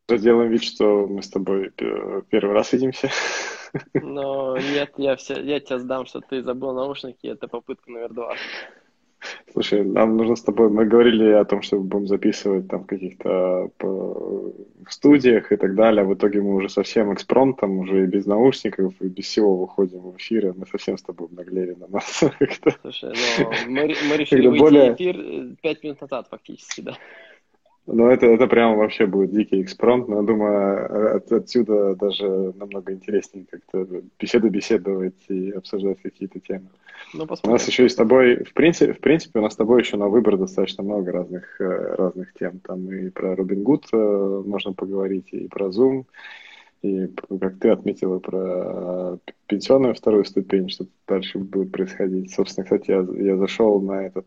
Сделаем вид, что мы с тобой первый раз видимся. Но нет, я тебя сдам, что ты забыл наушники, это попытка номер два. Слушай, нам нужно с тобой, мы говорили о том, что будем записывать там в каких-то в студиях и так далее, а в итоге мы уже совсем экспромтом, уже и без наушников, и без всего выходим в эфир, и мы совсем с тобой обнаглели на нас. Слушай, но мы решили Когда выйти в более, эфир 5 минут назад фактически, да. ну это прямо вообще будет дикий экспромт, но я думаю, отсюда даже намного интереснее как-то беседовать и обсуждать какие-то темы. Ну, У нас посмотрим. еще и с тобой, в принципе, у нас с тобой еще на выбор достаточно много разных тем. Там и про Робин Гуд можно поговорить, и про Zoom, и, как ты отметила, про пенсионную вторую ступень, что дальше будет происходить. Собственно, кстати, я зашел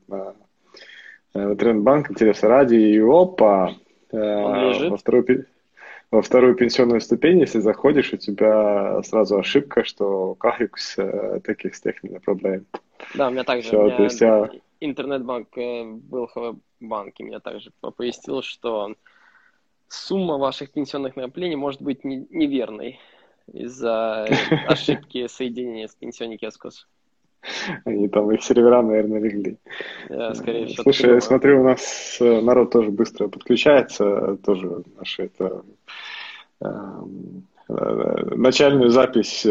на Трендбанк, интереса ради, и опа, Он во лежит. вторую пенсионную ступень, если заходишь, у тебя сразу ошибка, что Кахикс таких с технических проблем. Да, у меня также, у Все, то меня есть я интернет-банк был в банке, меня также оповестил, что сумма ваших пенсионных накоплений может быть неверной из-за ошибки соединения с пенсионной Кескос. они там, их сервера, наверное, легли. Я, скорее всего, так и Слушай, я думаю. смотрю, у нас народ тоже быстро подключается, тоже наши это начальную запись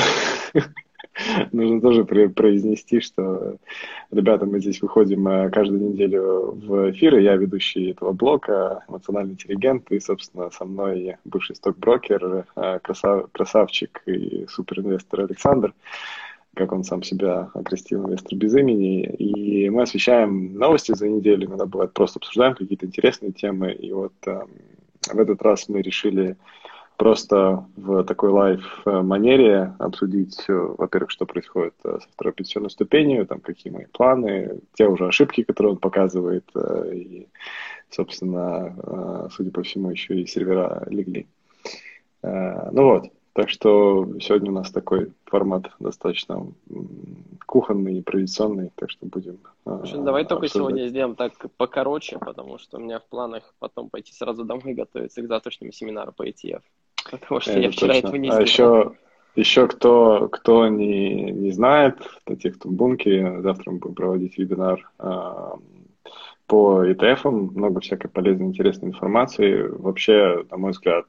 нужно тоже произнести, что, ребята, мы здесь выходим каждую неделю в эфир, и я ведущий этого блока, эмоциональный интеллигент, и, собственно, со мной бывший стокброкер, красавчик и суперинвестор Александр, как он сам себя окрестил, инвестор без имени. И мы освещаем новости за неделю, иногда бывает просто обсуждаем какие-то интересные темы. И вот в этот раз мы решили просто в такой лайв-манере обсудить, во-первых, что происходит со второй пенсионной ступенью, там, какие мои планы, те уже ошибки, которые он показывает, и, собственно, судя по всему, еще и сервера легли. Ну вот, так что сегодня у нас такой формат достаточно кухонный и традиционный, так что будем Слушай, ну давай только обсуждать. сегодня сделаем так покороче, потому что у меня в планах потом пойти сразу домой готовиться к завтрашнему семинару по ETF. Потому что я Это вчера этого точно. не А сделал. еще кто не знает, для тех, кто в бункере, завтра мы будем проводить вебинар по ETF, много всякой полезной, интересной информации. Вообще, на мой взгляд,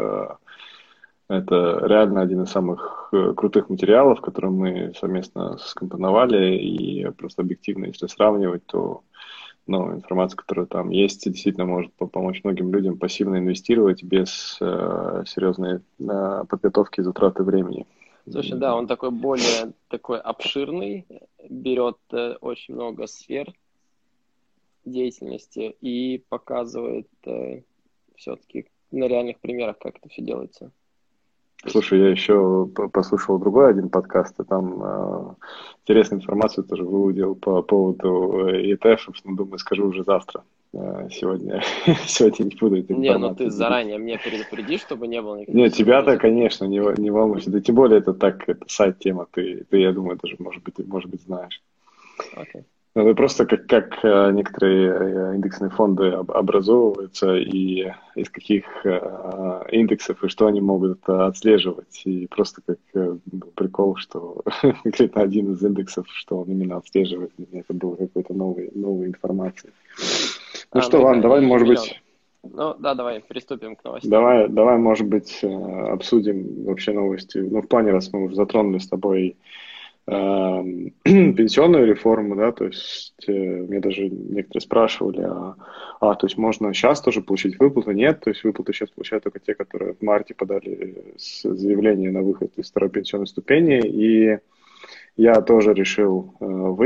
это реально один из самых крутых материалов, которые мы совместно скомпоновали, и просто объективно, если сравнивать, то информация, которая там есть, действительно может помочь многим людям пассивно инвестировать без серьезной подготовки и затраты времени. Слушай, да, он такой более такой обширный, берет очень много сфер деятельности и показывает все-таки на реальных примерах, как это все делается. То есть, Слушай, я еще послушал другой один подкаст, и там интересную информацию тоже выудил по поводу ETF, но думаю, скажу уже завтра. Сегодня, сегодня не буду этой не, ну ты информацией делиться. заранее мне предупреди, чтобы не было никаких Нет, тебя-то, сюрпризов. конечно, не волнуйся. Да тем более это так, это сайт-тема, ты, я думаю, даже, может быть, знаешь. Окей. Ну, это просто как некоторые индексные фонды образовываются и из каких индексов и что они могут отслеживать. И просто как был прикол, что конкретно один из индексов, что он именно отслеживает, для меня это было какой-то новой информацией. Ну Ну что, и ладно, да, давай, и может миллион. быть, Ну да, давай приступим к новостям. давай, может быть, обсудим вообще новости. Ну, в плане, раз мы уже затронули с тобой пенсионную реформу, да, то есть мне даже некоторые спрашивали, то есть можно сейчас тоже получить выплаты? Нет, то есть выплаты сейчас получают только те, которые в марте подали заявление на выход из второй пенсионной ступени, и я тоже решил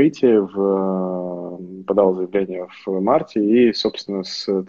подал заявление в марте, и, собственно,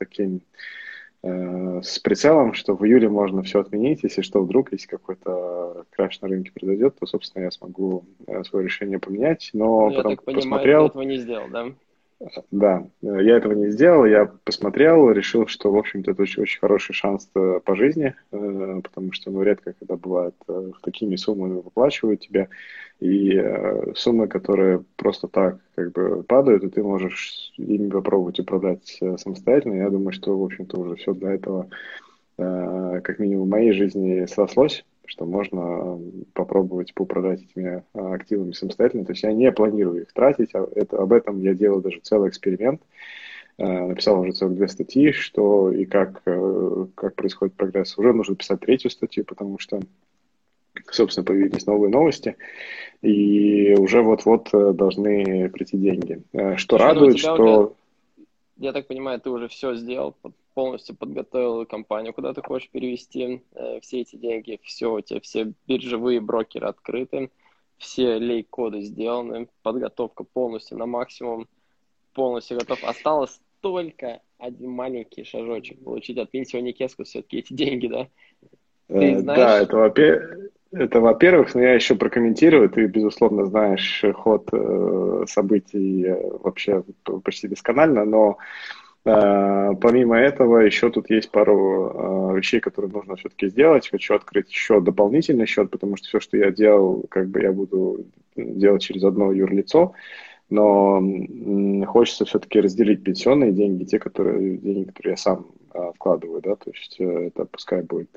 с прицелом, что в июле можно все отменить, если что, вдруг, если какой-то краш на рынке произойдет, то, собственно, я смогу свое решение поменять, Ну, но я потом так понимаю, ты посмотрел, этого не сделал, да? да, я этого не сделал, я посмотрел, решил, что, в общем-то, это очень хороший шанс по жизни, потому что, редко когда бывает, такими суммами выплачивают тебе, и суммы, которые просто так как бы падают, и ты можешь ими попробовать управлять самостоятельно. Я думаю, что, в общем-то, уже все для этого как минимум в моей жизни срослось, что можно попробовать поуправлять этими активами самостоятельно. То есть я не планирую их тратить. Об этом я делаю даже целый эксперимент. Написал уже целых 2 статьи, что и как происходит прогресс. Уже нужно писать 3-ю статью, потому что, собственно, появились новые новости, и уже вот-вот должны прийти деньги. Что Слушай, ну у радует, тебя уже, что... я так понимаю, ты уже все сделал, полностью подготовил компанию, куда ты хочешь перевести все эти деньги, все, у тебя все биржевые брокеры открыты, все лей-коды сделаны, подготовка полностью на максимум, полностью готов. Осталось только один маленький шажочек получить от пенсионникеску все-таки эти деньги, да? Ты Да, знаешь, это во-первых, но я еще прокомментирую. Ты, безусловно, знаешь ход событий вообще почти досконально, но помимо этого еще тут есть пару вещей, которые нужно все-таки сделать. Хочу открыть еще дополнительный счет, потому что все, что я делал, как бы я буду делать через одно юрлицо, но хочется все-таки разделить пенсионные деньги, деньги, которые я сам вкладываю, да, то есть это пускай будет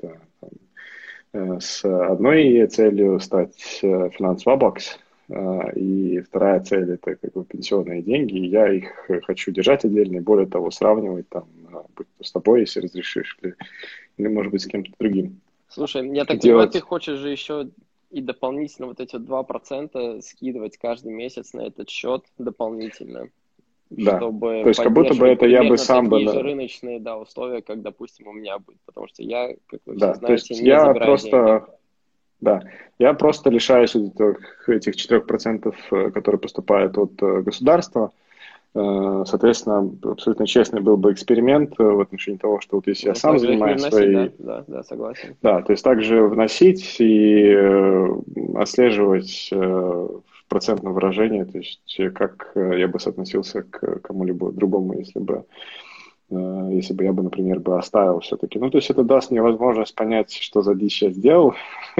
с одной целью стать финансовый бокс, и вторая цель это как бы пенсионные деньги, и я их хочу держать отдельно, и более того сравнивать там, будь то с тобой, если разрешишь, или может быть с кем-то другим. слушай, я так понимаю, ты Делать, хочешь же еще и дополнительно вот эти 2% скидывать каждый месяц на этот счет дополнительно, да, чтобы то есть как будто бы поддерживать это я бы примерно сам бы, такие же рыночные, да, условия, как, допустим, у меня будет. Потому что я, как вы все да, то знаете, есть не я забираю деньги. просто, да, я просто лишаюсь этих 4%, которые поступают от государства. Соответственно, абсолютно честный был бы эксперимент в отношении того, что вот если я Ну, сам также их не занимаюсь вносить, да, своей... да, да, согласен. Да, то есть также вносить и отслеживать в процентном выражении, то есть как я бы соотносился к кому-либо другому, если бы я бы, например, бы оставил все-таки. Ну, то есть это даст мне возможность понять, что за дичь я сделал,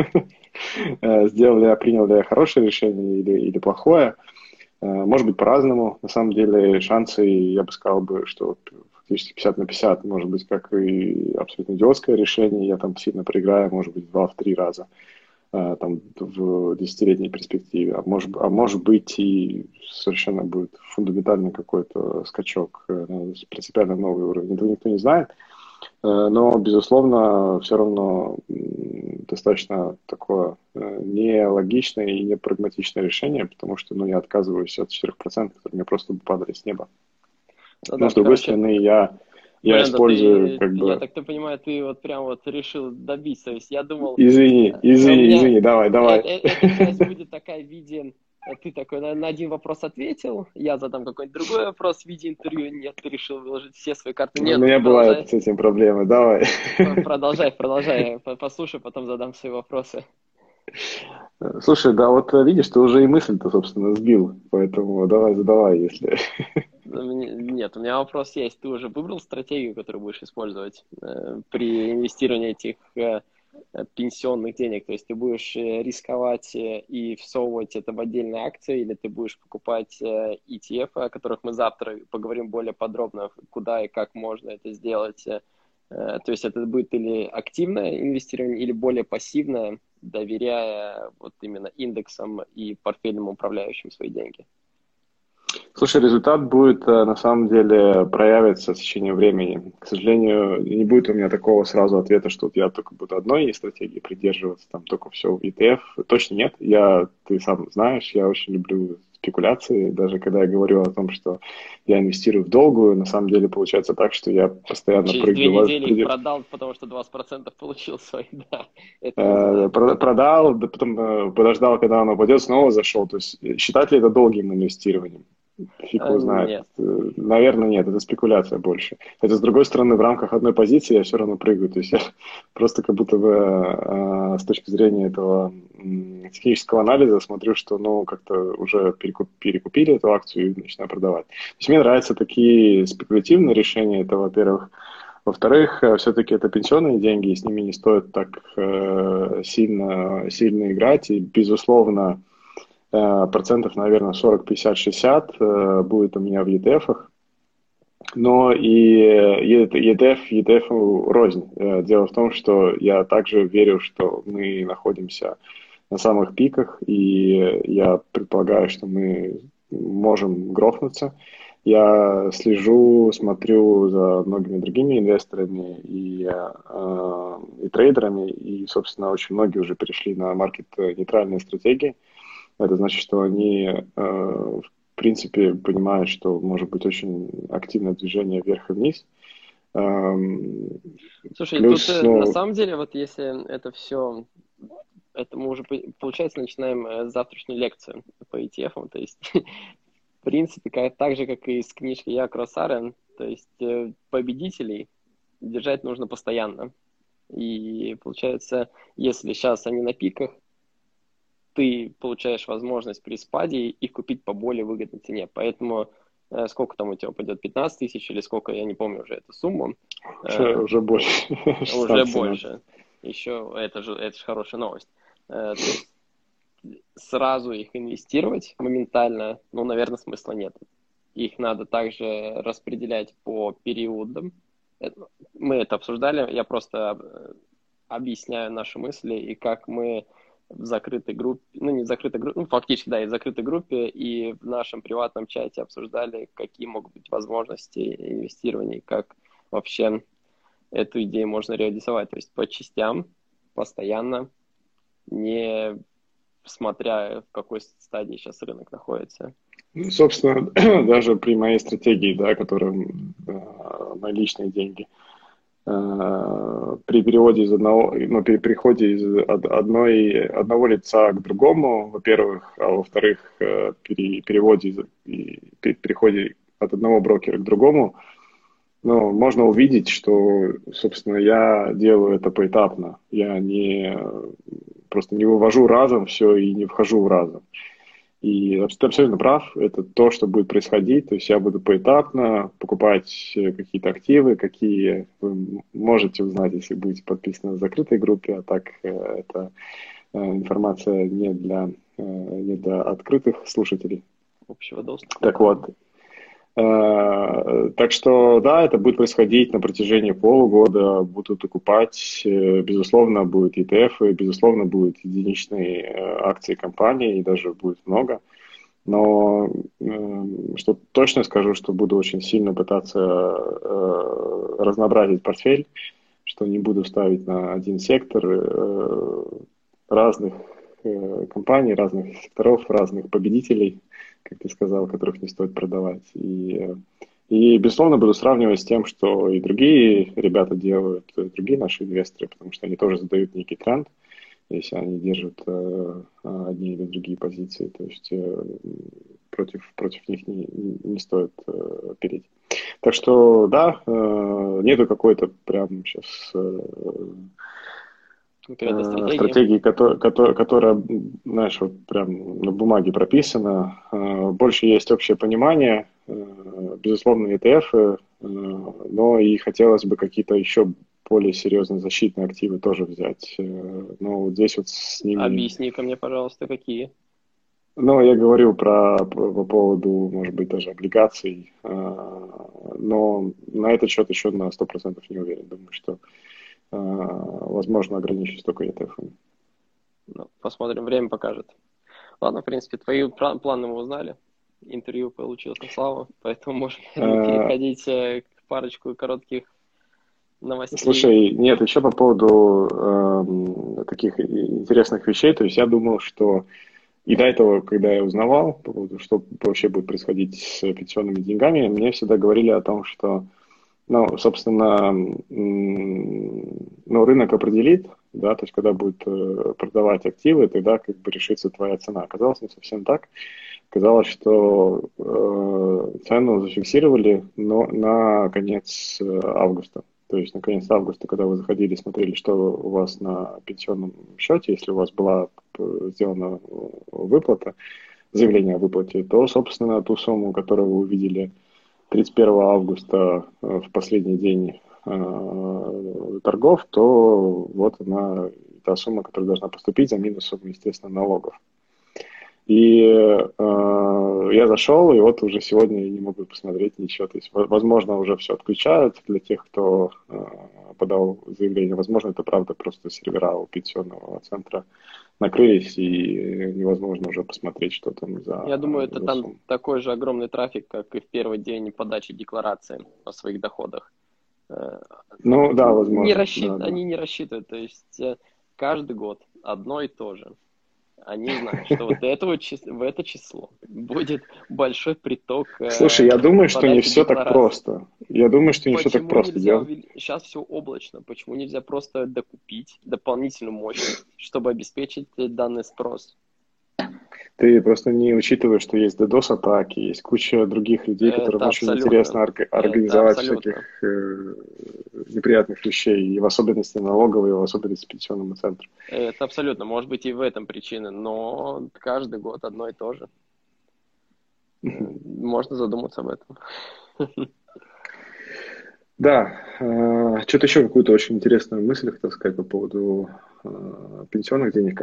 сделал ли я, принял ли я хорошее решение или плохое. Может быть, по-разному. На самом деле шансы, я бы сказал, что фактически 50/50, может быть, как и абсолютно идиотское решение, я там сильно проиграю, может быть, в 2-3 раза там, в 10-летней перспективе. А может быть и совершенно будет фундаментальный какой-то скачок на принципиально новый уровень. Этого никто не знает. Но, безусловно, все равно достаточно такое нелогичное и непрагматичное решение, потому что я отказываюсь от 4%, которые мне просто падали с неба. Ну Но, да, с другой короче, стороны, я Бренда, использую как я бы... так ты понимаю, ты вот прям вот решил добить. То есть я думал, Извини, у извини, меня извини, давай. эта часть будет такая в виде, ты такой на один вопрос ответил, я задам какой-нибудь другой вопрос в виде интервью, нет, ты решил выложить все свои карты. У Нет, ну меня бывают продолжай, с этим проблемы, давай. продолжай, послушай, потом задам свои вопросы. Слушай, да, вот видишь, ты уже и мысль-то, собственно, сбил, поэтому давай задавай, если... Нет, у меня вопрос есть. Ты уже выбрал стратегию, которую будешь использовать при инвестировании этих пенсионных денег? То есть ты будешь рисковать и всовывать это в отдельные акции, или ты будешь покупать ETF, о которых мы завтра поговорим более подробно, куда и как можно это сделать? То есть это будет или активное инвестирование, или более пассивное, доверяя вот именно индексам и портфельным управляющим свои деньги? Слушай, результат будет, на самом деле, проявиться в течение времени. К сожалению, не будет у меня такого сразу ответа, что вот я только буду одной стратегии придерживаться, там только все в ETF. Точно нет. Ты сам знаешь, я очень люблю спекуляции. Даже когда я говорю о том, что я инвестирую в долгую, на самом деле получается так, что я постоянно Через 2 недели их прыгаю. продал, потому что 20% получил свои, да, это я знаю. Продал, да потом подождал, когда оно упадет, снова зашел. То есть считать ли это долгим инвестированием? Фиг его знает. Нет. Наверное, нет, это спекуляция больше. Хотя, с другой стороны, в рамках одной позиции я все равно прыгаю. То есть я просто как будто бы с точки зрения этого технического анализа смотрю, что как-то уже перекупили эту акцию и начинаю продавать. То есть мне нравятся такие спекулятивные решения. Это, во-первых. Во-вторых, все-таки это пенсионные деньги, и с ними не стоит так сильно играть. И, безусловно, процентов, наверное, 40, 50, 60 будет у меня в ETF-ах. Но и ETF рознь. Дело в том, что я также верю, что мы находимся на самых пиках, и я предполагаю, что мы можем грохнуться. Я смотрю за многими другими инвесторами и трейдерами, и, собственно, очень многие уже перешли на маркет-нейтральные стратегии. Это значит, что они, в принципе, понимают, что может быть очень активное движение вверх и вниз. Эм, Слушай, тут Плюс, на ну, самом деле, вот если это все, это мы уже, получается, начинаем завтрашнюю лекцию по ETF, то есть, в принципе, так же, как и с книжкой Я Кросарен, то есть победителей держать нужно постоянно. И получается, если сейчас они на пиках, ты получаешь возможность при спаде их купить по более выгодной цене. Поэтому сколько там у тебя пойдет, 15 тысяч или сколько, я не помню уже эту сумму, уже больше, уже 16-17. больше. Еще это же хорошая новость. То есть сразу их инвестировать моментально, ну, наверное, смысла нет. Их надо также распределять по периодам. Мы это обсуждали, я просто объясняю наши мысли и как мы в закрытой группе, ну не в закрытой группе, ну фактически, да, и в закрытой группе, и в нашем приватном чате обсуждали, какие могут быть возможности инвестирования, как вообще эту идею можно реализовать. То есть по частям, постоянно, не смотря в какой стадии сейчас рынок находится. Ну, собственно, даже при моей стратегии, да, которая на личные деньги, при переводе из одного, ну, при переходе из одного лица к другому, во-первых, а во-вторых, переходе от одного брокера к другому, ну, можно увидеть, что, собственно, я делаю это поэтапно. Я просто не вывожу разом все и не вхожу в разом. И ты абсолютно прав, это то, что будет происходить. То есть я буду поэтапно покупать какие-то активы, какие вы можете узнать, если будете подписаны в закрытой группе, а так это информация не для открытых слушателей. Общего доступа, Так да. вот, так что, да, это будет происходить на протяжении полугода, будут окупать, безусловно, будут ETF, безусловно, будут единичные акции компании, и даже будет много. Но что точно скажу, что буду очень сильно пытаться разнообразить портфель, что не буду ставить на один сектор разных компаний, разных секторов, разных победителей, как ты сказал, которых не стоит продавать. Безусловно, буду сравнивать с тем, что и другие ребята делают, другие наши инвесторы, потому что они тоже задают некий тренд, если они держат одни или другие позиции. То есть против них не стоит переть. Так что, да, нету какой-то прям сейчас Конкретной стратегии. стратегии, которая, знаешь, вот прям на бумаге прописана. Больше есть общее понимание, безусловно, ETF, но и хотелось бы какие-то еще более серьезные защитные активы тоже взять. Но вот здесь вот с ними... Объясни-ка мне, пожалуйста, какие. Ну, я говорил по поводу, может быть, даже облигаций, но на этот счет еще на 100% не уверен. Думаю, что, возможно, ограничусь только ETF. Ну, посмотрим, время покажет. Ладно, в принципе, твои планы мы узнали. Интервью получилось на славу, поэтому можем, наверное, переходить к парочку коротких новостей. Слушай, нет, еще по поводу таких интересных вещей, то есть я думал, что и до этого, когда я узнавал, по поводу, что вообще будет происходить с пенсионными деньгами, мне всегда говорили о том, что, ну, собственно, ну, рынок определит, да, то есть когда будет продавать активы, тогда как бы решится твоя цена. Оказалось не совсем так. Казалось, что цену зафиксировали, но на конец августа. То есть на конец августа, когда вы заходили, смотрели, что у вас на пенсионном счете, если у вас была сделана выплата, заявление о выплате, то, собственно, ту сумму, которую вы увидели 31 августа в последний день торгов, то вот она, та сумма, которая должна поступить за минусом, естественно, налогов. И я зашел, и вот уже сегодня я не могу посмотреть ничего. То есть, возможно, уже все отключают для тех, кто подал заявление. Возможно, это правда просто сервера у пенсионного центра накрылись, и невозможно уже посмотреть, что там Я думаю, это за там сумма. такой же огромный трафик, как и в первый день подачи декларации о своих доходах. Ну, да, возможно, да, да. Они не рассчитывают, то есть каждый год одно и то же. Они знают, что вот в это число будет большой приток Слушай, я думаю, что не подачи все так деклараций. просто. Я думаю, что не все так Почему просто. нельзя сейчас все облачно, почему нельзя просто докупить дополнительную мощность, чтобы обеспечить данный спрос? Ты просто не учитываешь, что есть DDoS-атаки, есть куча других людей, которым Это очень интересно абсолютно, это организовать всяких абсолютно. неприятных вещей, и в особенности налоговые, и в особенности пенсионному центру. Это абсолютно. Может быть и в этом причина, но каждый год одно и то же. Можно задуматься об этом. Да, что-то еще какую-то очень интересную мысль хотел сказать по поводу пенсионных денег.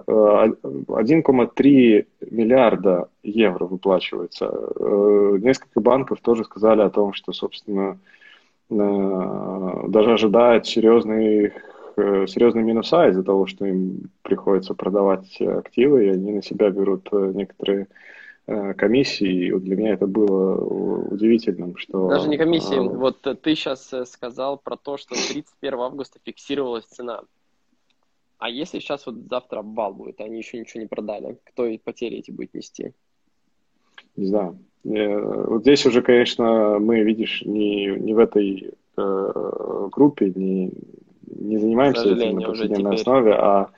1,3 миллиарда евро выплачивается. Несколько банков тоже сказали о том, что, собственно, даже ожидают серьезные минуса из-за того, что им приходится продавать активы, и они на себя берут некоторые комиссии. И вот для меня это было удивительным, Даже не комиссии. что Вот ты сейчас сказал про то, что 31 августа фиксировалась цена. А если сейчас вот завтра обвал будет, они еще ничего не продали, кто и потери эти будет нести? не знаю. Вот здесь уже, конечно, мы, видишь, не в этой группе, не К занимаемся этим на сожалению, уже повседневной теперь. основе,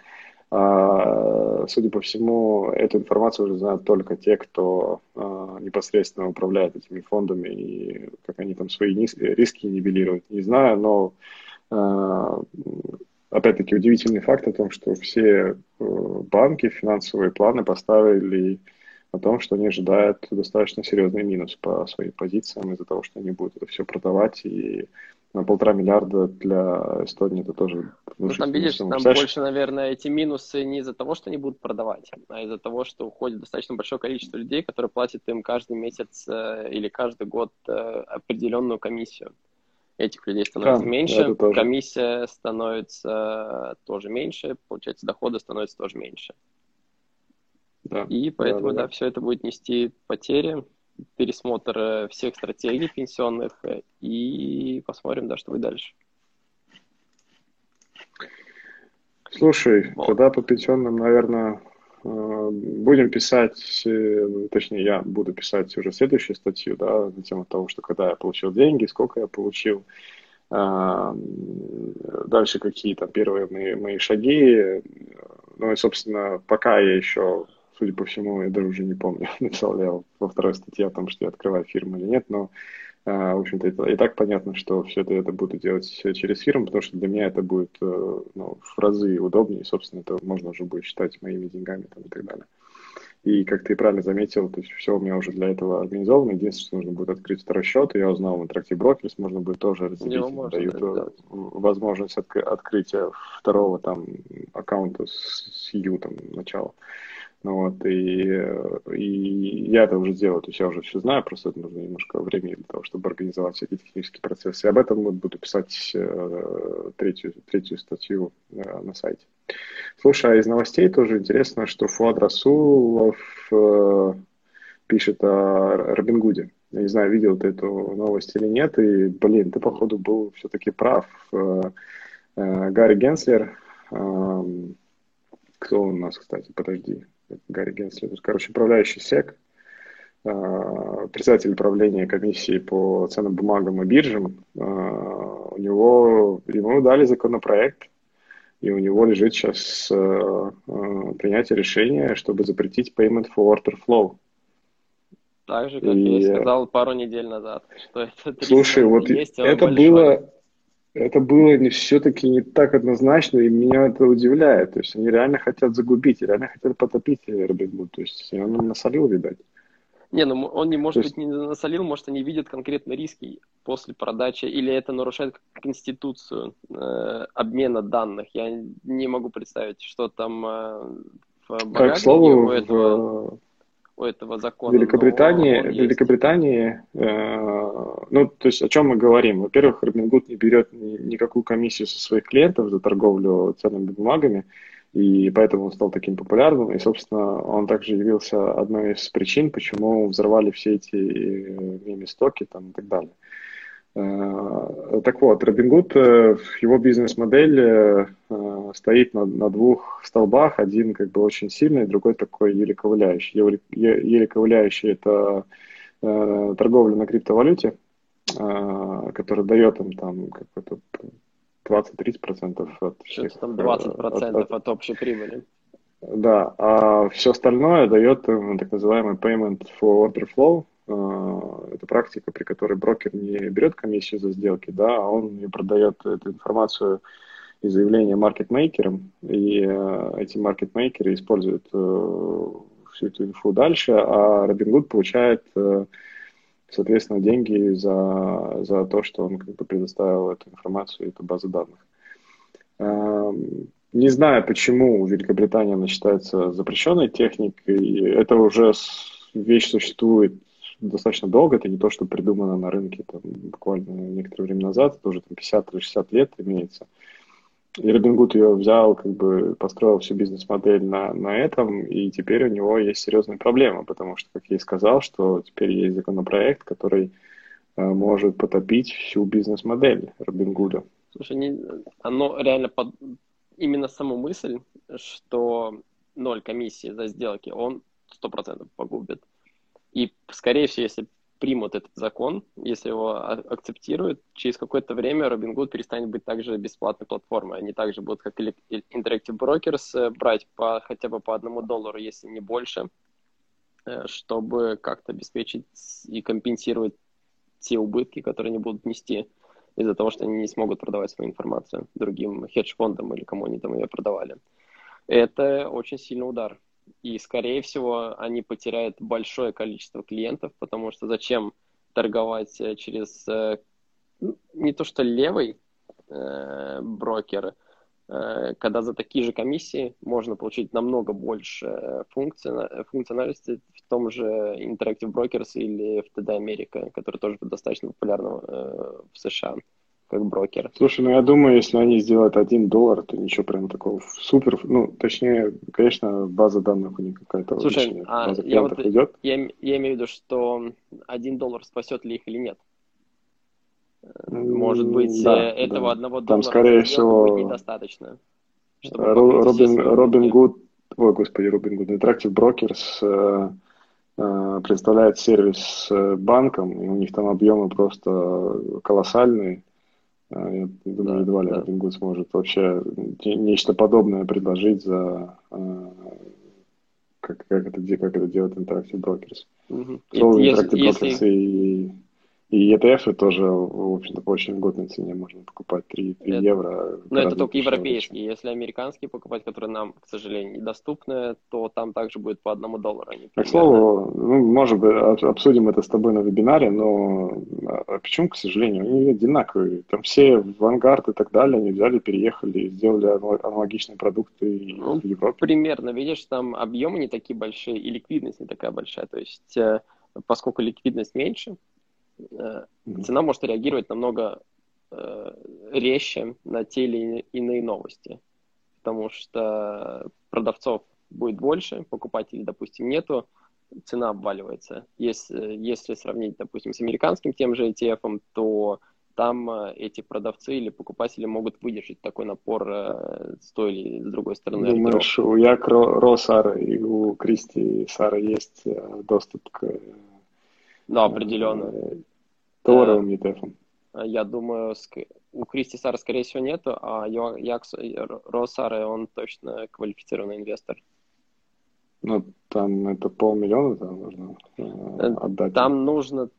судя по всему, эту информацию уже знают только те, кто непосредственно управляет этими фондами и как они там свои риски нивелируют. Не знаю, но опять-таки удивительный факт о том, что все банки финансовые планы поставили о том, что они ожидают достаточно серьезный минус по своим позициям из-за того, что они будут это все продавать, и на 1,5 миллиарда для Эстонии это тоже Ну, там, внушительная видишь, сумма. там Представляешь? больше, наверное, эти минусы не из-за того, что они будут продавать, а из-за того, что уходит достаточно большое количество людей, которые платят им каждый месяц или каждый год определенную комиссию. Этих людей становится Да, это меньше, тоже. комиссия становится тоже меньше, получается, доходы становятся тоже меньше. Да, И да, да, поэтому, да. да, все это будет нести потери, пересмотр всех стратегий пенсионных, и посмотрим, да, что будет дальше. Слушай, Вот. тогда по пенсионным, наверное, будем писать, точнее, я буду писать уже следующую статью, да, на тему того, что когда я получил деньги, сколько я получил, дальше какие там первые мои шаги. Ну и, собственно, пока я еще, судя по всему, я даже уже не помню, написал ли я во второй статье о том, что я открываю фирму или нет, но в общем-то, и так понятно, что все это буду делать через фирму, потому что для меня это будет ну, в разы удобнее, и, собственно, это можно уже будет считать моими деньгами там, и так далее. И, как ты правильно заметил, то есть все у меня уже для этого организовано. Единственное, что нужно будет открыть второй счет. И я узнал, в Interactive Brokers можно будет тоже разделить. Его Они можно, дают да, сделать. возможность открытия второго там аккаунта с Ю там начала. Ну вот, и я это уже сделал, то есть я уже все знаю, просто это нужно немножко времени для того, чтобы организовать все эти технические процессы. И об этом вот буду писать третью статью на сайте. Слушай, а из новостей тоже интересно, что Фуад Расулов пишет о Робин Гуде. Я не знаю, видел ты эту новость или нет, и, блин, ты, походу, был все-таки прав. Гарри Генслер, кто у нас, кстати, подожди, Гарри Генслер, короче, управляющий СЕК, председатель правления комиссии по ценным бумагам и биржам, ему дали законопроект, и у него лежит сейчас принятие решения, чтобы запретить payment for order flow. Так же, как я и И, сказал пару недель назад, что этот риск, слушай, он вот есть, и он это большой. было все-таки не так однозначно, и меня это удивляет. То есть они реально хотят загубить, реально хотят потопить Робин. То есть он нам насолил, видать. Не, ну он не То может быть есть, не насолил, может они видят конкретно риски после продачи, или это нарушает конституцию обмена данных. Я не могу представить, что там в к багажнике слову, у этого у этого В закона, но Великобритании, он в есть. Великобритании, ну, то есть о чем мы говорим? Во-первых, Robinhood не берет никакую комиссию со своих клиентов за торговлю ценными бумагами, и поэтому он стал таким популярным. И, собственно, он также явился одной из причин, почему взорвали все эти меми-стоки там, и так далее. Так вот, Robinhood, его бизнес-модель стоит на двух столбах. Один как бы очень сильный, другой такой еле ковыляющий. Еле ковыляющий – это торговля на криптовалюте, которая дает им там какой-то 20-30% от всех. Что-то там 20% от общей прибыли. Да, а все остальное дает им так называемый payment for order flow. Это практика, при которой брокер не берет комиссию за сделки, да, а он не продает эту информацию и заявление маркетмейкерам, и эти маркетмейкеры используют всю эту инфу дальше, а Robinhood получает, соответственно, деньги за то, что он как бы предоставил эту информацию и эту базу данных. Не знаю, почему Великобритания она считается запрещенной техникой. Это уже вещь существует достаточно долго. Это не то, что придумано на рынке там, буквально некоторое время назад. Это уже там, 50 или 60 лет имеется. И Robinhood ее взял, как бы построил всю бизнес-модель на этом, и теперь у него есть серьезные проблемы, потому что, как я и сказал, что теперь есть законопроект, который может потопить всю бизнес-модель Robinhood. Слушай, оно реально именно саму мысль, что ноль комиссии за сделки, он 100% погубит. И, скорее всего, если примут этот закон, если его акцептируют, через какое-то время Robinhood перестанет быть также бесплатной платформой. Они также будут, как Interactive Brokers, брать хотя бы по $1, если не больше, чтобы как-то обеспечить и компенсировать те убытки, которые они будут нести из-за того, что они не смогут продавать свою информацию другим хедж-фондам или кому они там ее продавали. Это очень сильный удар. И, скорее всего, они потеряют большое количество клиентов, потому что зачем торговать через не то что левый брокер, когда за такие же комиссии можно получить намного больше функциональности в том же Interactive Brokers или в TD America, который тоже достаточно популярен в США как брокер. Слушай, ну я думаю, если они сделают $1, то ничего прям такого супер, ну, точнее, конечно, база данных у них какая-то Слушай, лишняя, база клиентов идет. я имею в виду, что $1 спасет ли их или нет. Может быть, Да, этого да. $1 Там, за скорее сделку будет всего, недостаточно, чтобы покрыть все свои Робин убытки. Гуд, ой, господи, Робин Гуд, Interactive Brokers представляет сервис банкам, и у них там объемы просто колоссальные. Я думаю, Да, едва ли да. Robinhood сможет вообще нечто подобное предложить за как это делает Interactive Brokers. Угу. К слову, Interactive Если Brokers и ETF тоже, в общем-то, по очень льготной цене можно покупать 3 евро, но это гораздо только дешевле, чем. европейские. Если американские покупать, которые нам, к сожалению, недоступны, то там также будет по $1, они А, к примерно. слову, ну, может быть, обсудим это с тобой на вебинаре, но почему, к сожалению, они одинаковые? Там все Vanguard и так далее, они взяли, переехали и сделали аналогичные продукты и Ну, в Европе. примерно, видишь, там объемы не такие большие и ликвидность не такая большая. То есть, поскольку ликвидность меньше, цена может реагировать намного резче на те или иные новости, потому что продавцов будет больше, покупателей, допустим, нету, цена обваливается. Если сравнить, допустим, с американским тем же ETF, то там эти продавцы или покупатели могут выдержать такой напор с той или с другой стороны ордеров. Думаешь, у Як Росара и у Кристи Сара есть доступ к Да, определенно. долларовым ETF? Я думаю, у Кристи Сара, скорее всего, нету, а Росара, он точно квалифицированный инвестор. Ну, там это 500 000 там нужно отдать. Там нужно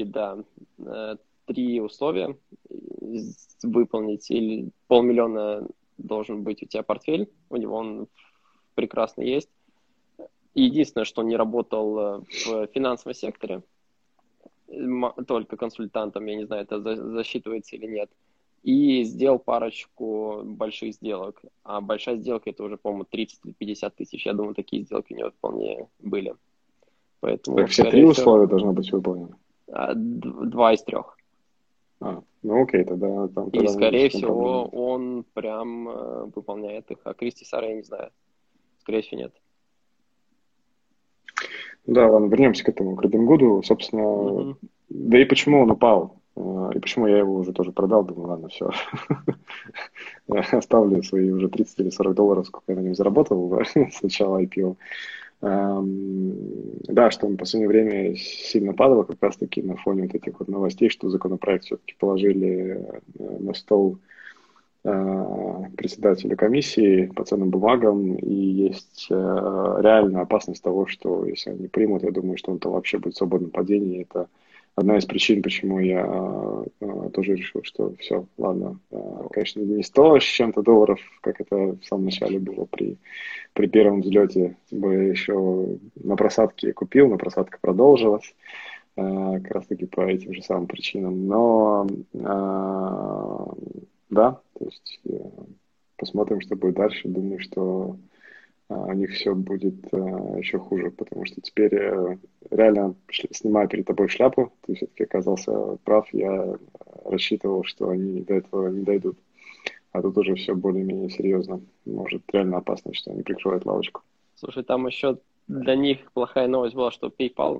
3 условия выполнить, или 500 000 должен быть у тебя портфель, у него он прекрасно есть. Единственное, что он не работал в финансовом секторе, только консультантом, я не знаю, это засчитывается или нет, и сделал парочку больших сделок. А большая сделка это уже, по-моему, 30 или 50 тысяч. Я думаю, такие сделки у него вполне были. Поэтому, Так все три скорее всего, условия должны быть выполнены. 2 из 3. Ну окей, тогда И, у меня скорее действительно проблем всего, нет. он прям выполняет их. А Кристи Сара я не знаю. Скорее всего, нет. Да, ладно, вернемся к этому, к Робин Гуду. Собственно, Мгм. да и почему он упал, и почему я его уже тоже продал, думаю, ладно, все. Оставлю свои уже 30 или 40 долларов, сколько я на нем заработал с начала IPO. Да, что он в последнее время сильно падал, как раз-таки на фоне вот этих вот новостей, что законопроект все-таки положили на стол председателя комиссии по ценным бумагам, и есть реальная опасность того, что если они примут, я думаю, что он там вообще будет в свободном падении. Это одна из причин, почему я тоже решил, что все, ладно, конечно, не 100 с чем-то долларов, как это в самом начале было при первом взлете, тем более еще на просадке купил, на просадка продолжилась, как раз таки по этим же самым причинам. Но да, то есть посмотрим, что будет дальше. Думаю, что у них все будет еще хуже, потому что теперь реально снимаю перед тобой шляпу, ты все-таки оказался прав, я рассчитывал, что они до этого не дойдут. А тут уже все более-менее серьезно. Может, реально опасно, что они прикрывают лавочку. Слушай, там еще для них плохая новость была, что PayPal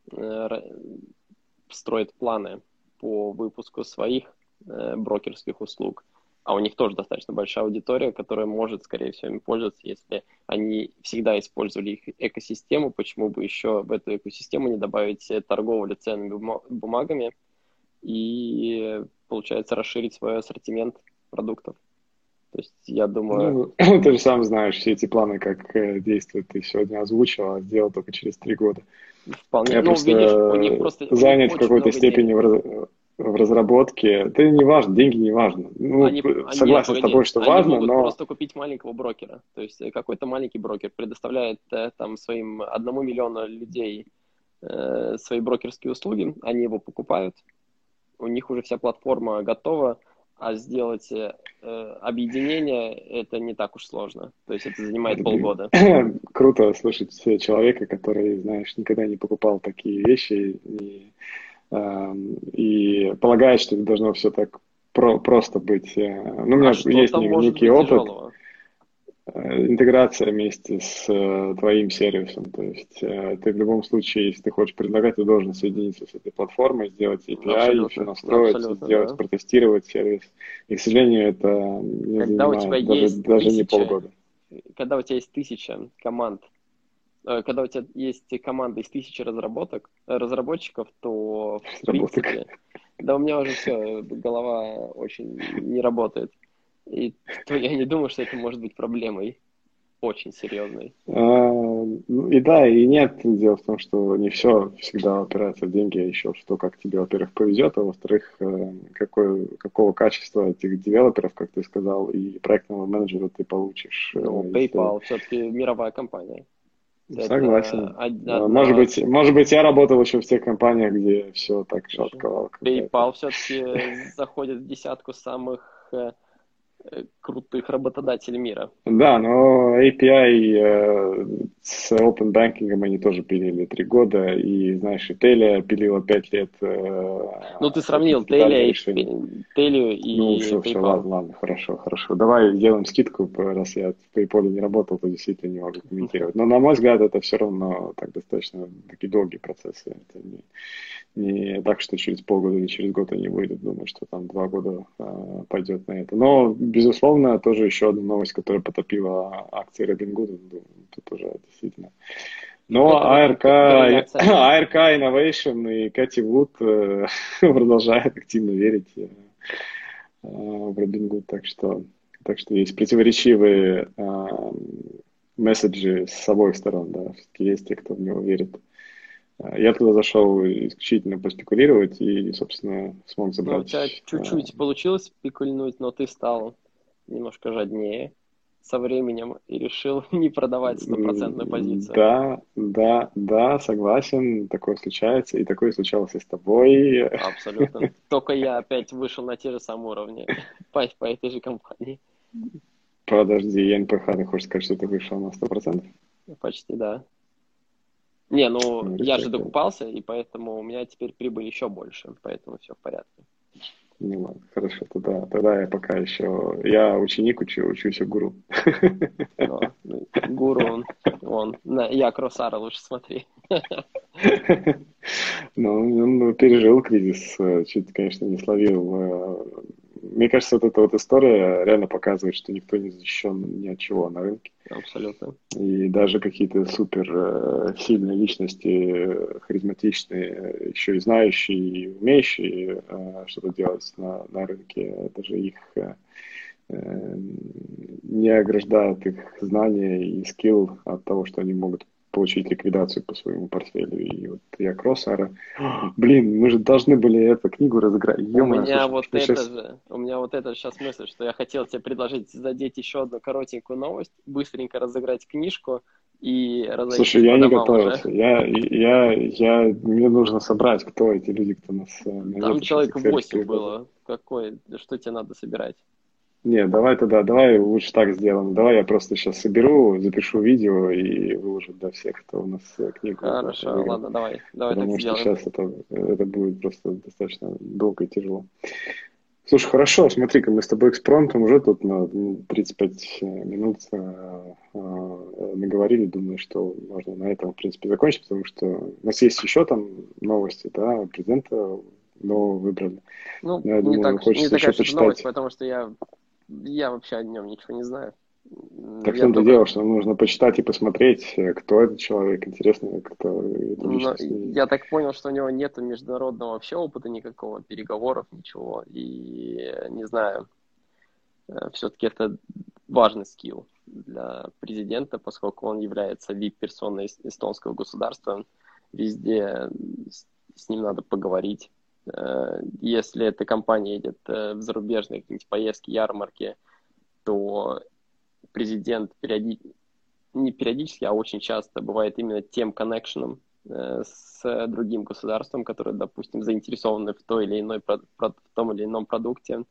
строит планы по выпуску своих брокерских услуг. А у них тоже достаточно большая аудитория, которая может, скорее всего, им пользоваться, если они всегда использовали их экосистему, почему бы еще в эту экосистему не добавить торговлю ценными бумагами и, получается, расширить свой ассортимент продуктов. То есть, я думаю, Ну, ты же сам знаешь, все эти планы, как действуют, ты сегодня озвучил, а сделал только через 3 года. вполне... Я Ну, видишь, просто у них занят в очень какой-то много степени денег. в разработке. Это не важно, деньги не важно. Ну, Нет, согласен с тобой, погоди, что они важно, могут но просто купить маленького брокера. То есть какой-то маленький брокер предоставляет там своим 1 миллиону людей свои брокерские услуги, они его покупают, у них уже вся платформа готова, а сделать объединение это не так уж сложно. То есть это занимает полгода. круто слышать человека, который, знаешь, никогда не покупал такие вещи и полагает, что это должно все так просто быть. Ну, у А меня что есть там может некий быть опыт, тяжелого? интеграция вместе с твоим сервисом. То есть ты в любом случае, если ты хочешь предлагать, ты должен соединиться с этой платформой, сделать API, все Абсолютно, настроить, абсолютно, сделать, да. протестировать сервис. И, к сожалению, это не Когда у тебя занимает есть даже не полгода. когда у тебя есть 1000 команд, когда у тебя есть команда из 1000 разработчиков, то в Разработок. принципе, да у меня уже все, голова очень не работает. И то я не думаю, что это может быть проблемой очень серьезной. Ну, и да, и нет. Дело в том, что не все всегда опирается в деньги, а еще что, как тебе, во-первых, повезет, а во-вторых, какого качества этих девелоперов, как ты сказал, и проектного менеджера ты получишь. Но Если... PayPal все-таки мировая компания. Это Согласен. одна... Может быть, я работал еще в тех компаниях, где все так шатко, когда PayPal все-таки заходит в десятку самых крутых работодателей мира. Да, но API с Open Banking они тоже пилили 3 года, и, знаешь, и Telia пилила 5 лет Ну, ты эти сравнил дигитальные решения. Telia Ну, и все, PayPal. ладно, хорошо, хорошо. Давай сделаем скидку, раз я в PayPal не работал, то действительно не могу комментировать. Но, на мой взгляд, это все равно так достаточно такие долгие процессы. Это не так, что через полгода или через год они выйдут. Думаю, что там 2 года пойдет на это. Но, безусловно, тоже еще одна новость, которая потопила акции Robinhood. Думаю, это тоже действительно. И кто Но там героиня акционеров? ARK Innovation и Кэти Вуд продолжают активно верить в Robinhood. Так что есть противоречивые месседжи с обоих сторон. Да. Все-таки есть те, кто в него верит. Я туда зашел исключительно поспекулировать и, собственно, смог Ну, у тебя забрать. чуть-чуть получилось спекульнуть, но ты стал немножко жаднее со временем и решил не продавать стопроцентную позицию. Да, согласен, такое случается, и такое случалось и с тобой. Абсолютно. Только я опять вышел на те же самые уровни по этой же компании. Подожди, НПХ, ты хочешь сказать, что ты вышел на 100%? Почти, да. Не, ну, Ну, я же респект. докупался, и поэтому у меня теперь прибыль еще больше, поэтому все в порядке. Ну ладно, хорошо, тогда я пока еще... Я ученик, учусь у гуру. Но гуру, я Кросара лучше смотри. Ну, он пережил кризис, чуть, конечно, не словил. Мне кажется, вот эта вот история реально показывает, что никто не защищен ни от чего на рынке. Абсолютно. И даже какие-то супер сильные личности, харизматичные, еще и знающие, и умеющие что-то делать на рынке, даже их не ограждает их знания и скилл от того, что они могут получить ликвидацию по своему портфелю. И вот я Кроссара. Блин, мы же должны были эту книгу разыграть. Ё-моё, слушай, мы сейчас... У меня вот это сейчас мысль, что я хотел тебе предложить задеть еще одну коротенькую новость, быстренько разыграть книжку и Слушай, разойтись я по не домам уже. готовился. Мне нужно собрать, кто эти люди, кто нас Там найдет сейчас человек эксперт 8 перехода. было. Что тебе надо собирать? Не, давай лучше так сделаем. Давай я просто сейчас соберу, запишу видео и выложу для всех, кто у нас книгу Хорошо, выиграл. ладно, давай так Потому что сделаем. сейчас это будет просто достаточно долго и тяжело. Слушай, хорошо, смотри-ка, мы с тобой экспромтом уже тут на 35 минут наговорили. Думаю, что можно на этом, в принципе, закончить, потому что у нас есть еще там новости, да, президента нового выбрали. Ну, Но я думаю, не хочется такая еще уж это новость, почитать. потому что я вообще о нем ничего не знаю. Так в Я том-то только, дело, что нам нужно почитать и посмотреть, кто этот человек, интересно, кто эту но личность. я так понял, что у него нет международного вообще опыта никакого, переговоров, ничего. И не знаю, все-таки это важный скилл для президента, поскольку он является вип-персоной эстонского государства. Везде с ним надо поговорить. Если эта компания едет в зарубежные какие-нибудь поездки, ярмарки, то президент не периодически, а очень часто бывает именно тем коннекшеном с другим государством, которое, допустим, заинтересованы в той или иной в том или ином продукте.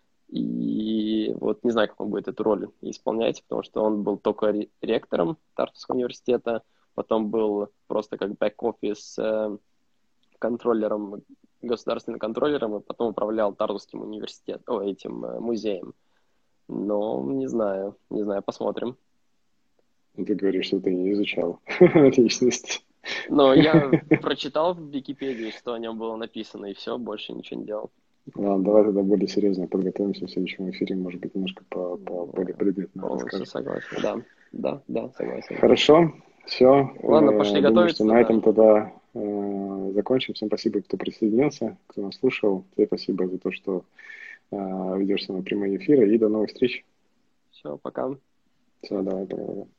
И вот не знаю, как он будет эту роль исполнять, потому что он был только ректором Тартуского университета, потом был просто как бэк-офис контроллером, государственным контроллером, и потом управлял Тартуским университетом, этим музеем. Но не знаю, посмотрим. Ты говоришь, что ты не изучал личность. Но я прочитал в Википедии, что о нем было написано, и все, больше ничего не делал. Ладно, давай тогда более серьезно подготовимся в следующем эфире, может быть, немножко по более предметно Полностью расскажем. согласен, да, согласен. Хорошо, все. Ладно, пошли Думаю, что готовиться на тогда. этом тогда закончим. Всем спасибо, кто присоединился, кто нас слушал. Тебе спасибо за то, что ведешь со мной прямые эфиры. И до новых встреч. Все, пока. Все, давай, пока.